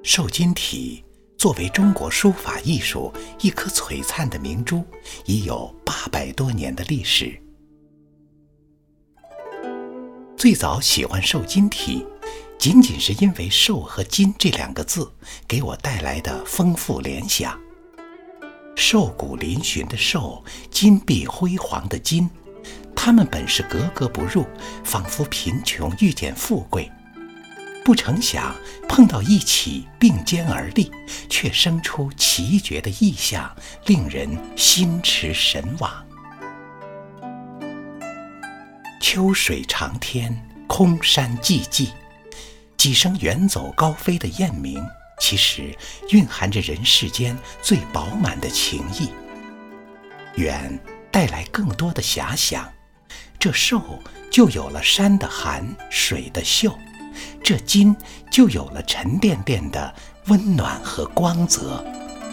瘦金体作为中国书法艺术一颗璀璨的明珠，已有800多年的历史。最早喜欢瘦金体，仅仅是因为瘦和金这2个字给我带来的丰富联想。瘦骨嶙峋的瘦，金碧辉煌的金，它们本是格格不入，仿佛贫穷遇见富贵。不成想碰到一起，并肩而立，却生出奇绝的意象，令人心驰神往。秋水长天，空山寂寂，几声远走高飞的雁鸣，其实蕴含着人世间最饱满的情意。远带来更多的遐想，这瘦就有了山的寒，水的秀，这金就有了沉甸甸的温暖和光泽。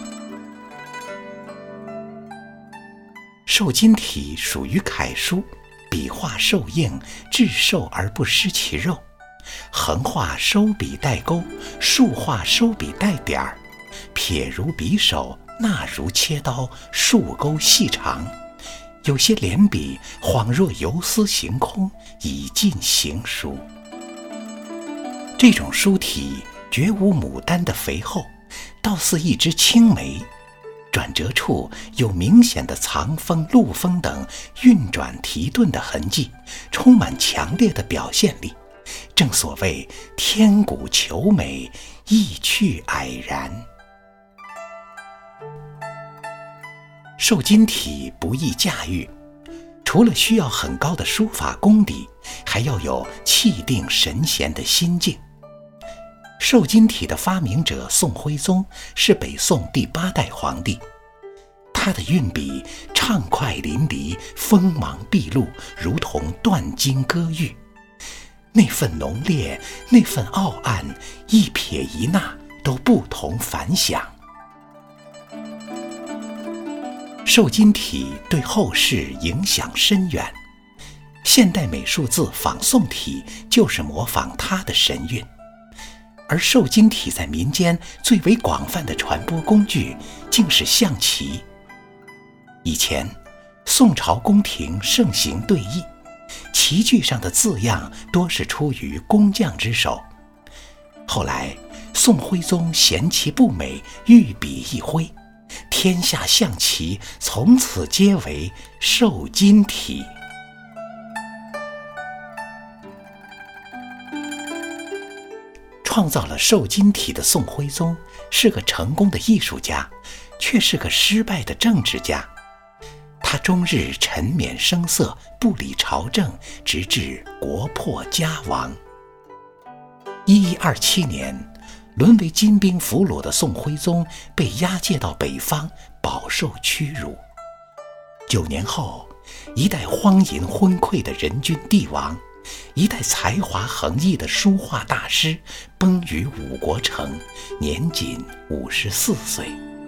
瘦金体属于楷书，笔画瘦硬，质瘦而不失其肉，横画收笔带钩，竖画收笔带点儿，撇如匕首，捺如切刀，竖钩细长，有些连笔恍若游丝行空，已近行书。这种书体绝无牡丹的肥厚，倒似一枝青梅，转折处有明显的藏锋、露锋等运转提顿的痕迹，充满强烈的表现力。正所谓天古求美，意趣蔼然。瘦金体不易驾驭，除了需要很高的书法功底，还要有气定神闲的心境。瘦金体的发明者宋徽宗是北宋第8代皇帝，他的运笔畅快淋漓，锋芒毕露，如同断金割玉。那份浓烈，那份傲岸，一撇一捺都不同凡响。瘦金体对后世影响深远，现代美术字仿宋体就是模仿它的神韵。而瘦金体在民间最为广泛的传播工具竟是象棋。以前宋朝宫廷盛行对弈，棋具上的字样多是出于工匠之手。后来宋徽宗嫌其不美，御笔一挥，天下象棋从此皆为瘦金体。创造了瘦金体的宋徽宗是个成功的艺术家，却是个失败的政治家。他终日沉湎声色，不理朝政，直至国破家亡。1127年，沦为金兵俘虏的宋徽宗被押解到北方，饱受屈辱。9年后，一代荒淫昏聩的人君帝王，一代才华横溢的书画大师崩于五国城，年仅54岁。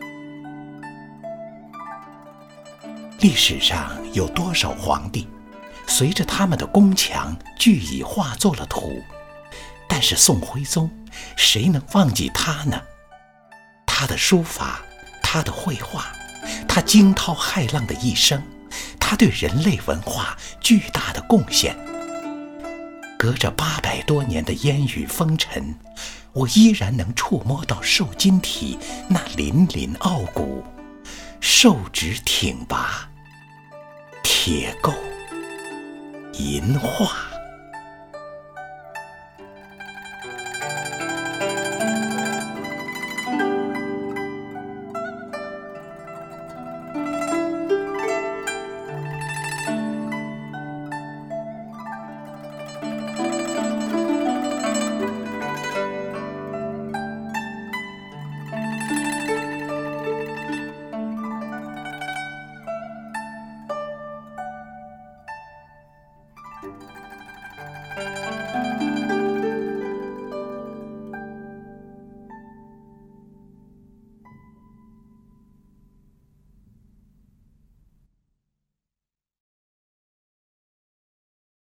历史上有多少皇帝，随着他们的宫墙俱已化作了土，但是宋徽宗，谁能忘记他呢？他的书法，他的绘画，他惊涛骇浪的一生，他对人类文化巨大的贡献。隔着800多年的烟雨风尘，我依然能触摸到瘦金体那凛凛傲骨，瘦直挺拔，铁构银画。